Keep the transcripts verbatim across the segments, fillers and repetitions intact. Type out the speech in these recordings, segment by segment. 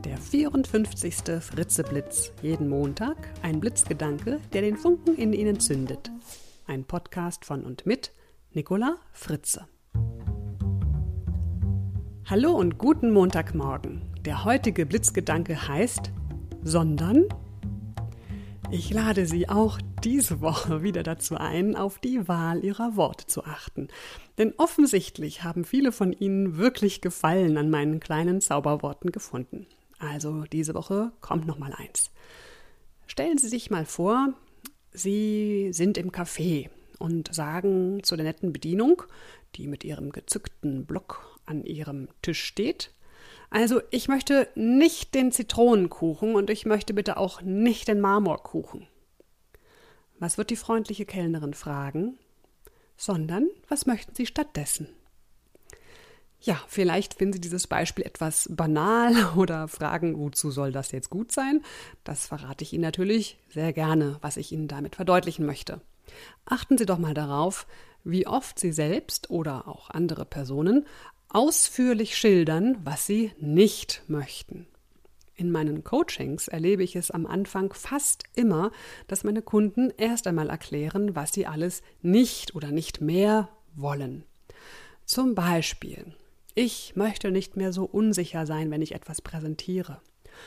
Der vierundfünfzigste Fritze-Blitz. Jeden Montag ein Blitzgedanke, der den Funken in Ihnen zündet. Ein Podcast von und mit Nicola Fritze. Hallo und guten Montagmorgen. Der heutige Blitzgedanke heißt Sondern. Ich lade Sie auch diese Woche wieder dazu ein, auf die Wahl Ihrer Worte zu achten. Denn offensichtlich haben viele von Ihnen wirklich Gefallen an meinen kleinen Zauberworten gefunden. Also diese Woche kommt noch mal eins. Stellen Sie sich mal vor, Sie sind im Café und sagen zu der netten Bedienung, die mit ihrem gezückten Block an ihrem Tisch steht: Also, ich möchte nicht den Zitronenkuchen und ich möchte bitte auch nicht den Marmorkuchen. Was wird die freundliche Kellnerin fragen? Sondern, was möchten Sie stattdessen? Ja, vielleicht finden Sie dieses Beispiel etwas banal oder fragen, wozu soll das jetzt gut sein? Das verrate ich Ihnen natürlich sehr gerne, was ich Ihnen damit verdeutlichen möchte. Achten Sie doch mal darauf, wie oft Sie selbst oder auch andere Personen ausführlich schildern, was sie nicht möchten. In meinen Coachings erlebe ich es am Anfang fast immer, dass meine Kunden erst einmal erklären, was sie alles nicht oder nicht mehr wollen. Zum Beispiel: Ich möchte nicht mehr so unsicher sein, wenn ich etwas präsentiere.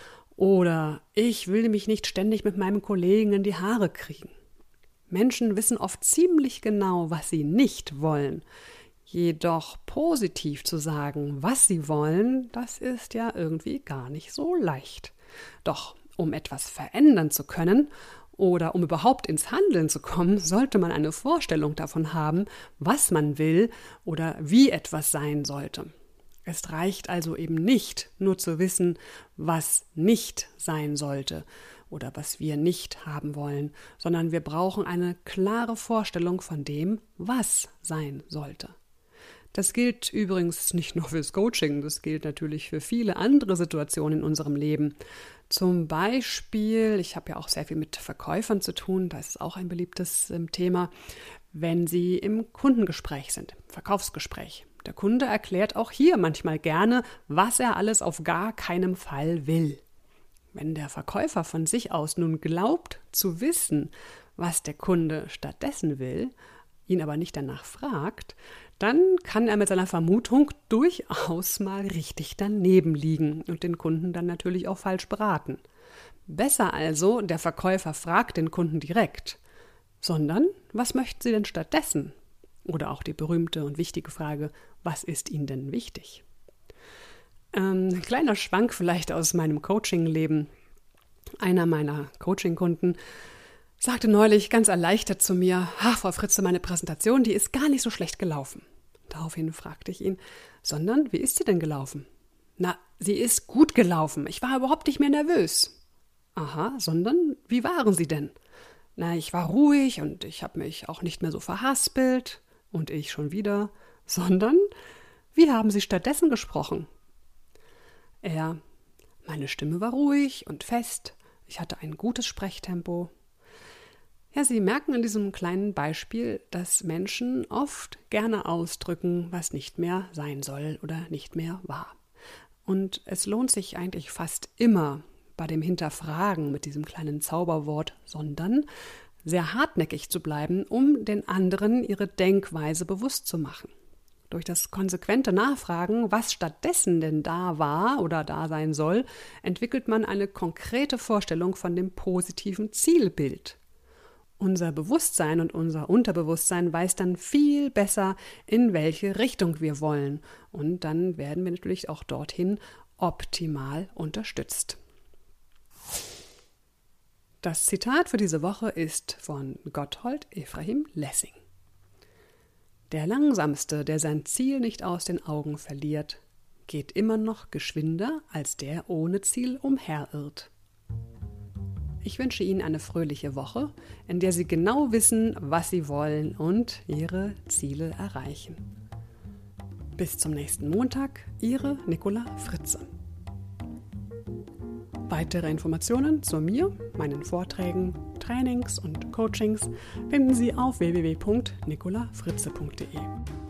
Oder ich will mich nicht ständig mit meinem Kollegen in die Haare kriegen. Menschen wissen oft ziemlich genau, was sie nicht wollen. Jedoch positiv zu sagen, was sie wollen, das ist ja irgendwie gar nicht so leicht. Doch um etwas verändern zu können oder um überhaupt ins Handeln zu kommen, sollte man eine Vorstellung davon haben, was man will oder wie etwas sein sollte. Es reicht also eben nicht, nur zu wissen, was nicht sein sollte oder was wir nicht haben wollen, sondern wir brauchen eine klare Vorstellung von dem, was sein sollte. Das gilt übrigens nicht nur fürs Coaching, das gilt natürlich für viele andere Situationen in unserem Leben. Zum Beispiel, ich habe ja auch sehr viel mit Verkäufern zu tun, da ist es auch ein beliebtes ähm, Thema, wenn Sie im Kundengespräch sind, Verkaufsgespräch. Der Kunde erklärt auch hier manchmal gerne, was er alles auf gar keinen Fall will. Wenn der Verkäufer von sich aus nun glaubt zu wissen, was der Kunde stattdessen will, ihn aber nicht danach fragt, dann kann er mit seiner Vermutung durchaus mal richtig daneben liegen und den Kunden dann natürlich auch falsch beraten. Besser also, der Verkäufer fragt den Kunden direkt, sondern was möchten Sie denn stattdessen? Oder auch die berühmte und wichtige Frage, was ist Ihnen denn wichtig? Ähm, kleiner Schwank vielleicht aus meinem Coaching-Leben. Einer meiner Coaching-Kunden sagte neulich ganz erleichtert zu mir: Ach, Frau Fritze, meine Präsentation, die ist gar nicht so schlecht gelaufen. Daraufhin fragte ich ihn: Sondern, wie ist sie denn gelaufen? Na, sie ist gut gelaufen. Ich war überhaupt nicht mehr nervös. Aha, sondern, wie waren Sie denn? Na, ich war ruhig und ich habe mich auch nicht mehr so verhaspelt. Und ich schon wieder. Sondern, wie haben Sie stattdessen gesprochen? Er: Meine Stimme war ruhig und fest. Ich hatte ein gutes Sprechtempo. Ja, Sie merken an diesem kleinen Beispiel, dass Menschen oft gerne ausdrücken, was nicht mehr sein soll oder nicht mehr war. Und es lohnt sich eigentlich fast immer bei dem Hinterfragen mit diesem kleinen Zauberwort sondern sehr hartnäckig zu bleiben, um den anderen ihre Denkweise bewusst zu machen. Durch das konsequente Nachfragen, was stattdessen denn da war oder da sein soll, entwickelt man eine konkrete Vorstellung von dem positiven Zielbild. Unser Bewusstsein und unser Unterbewusstsein weiß dann viel besser, in welche Richtung wir wollen. Und dann werden wir natürlich auch dorthin optimal unterstützt. Das Zitat für diese Woche ist von Gotthold Ephraim Lessing. Der Langsamste, der sein Ziel nicht aus den Augen verliert, geht immer noch geschwinder als der ohne Ziel umherirrt. Ich wünsche Ihnen eine fröhliche Woche, in der Sie genau wissen, was Sie wollen und Ihre Ziele erreichen. Bis zum nächsten Montag, Ihre Nicola Fritze. Weitere Informationen zu mir, meinen Vorträgen, Trainings und Coachings finden Sie auf w w w punkt nicola fritze punkt d e.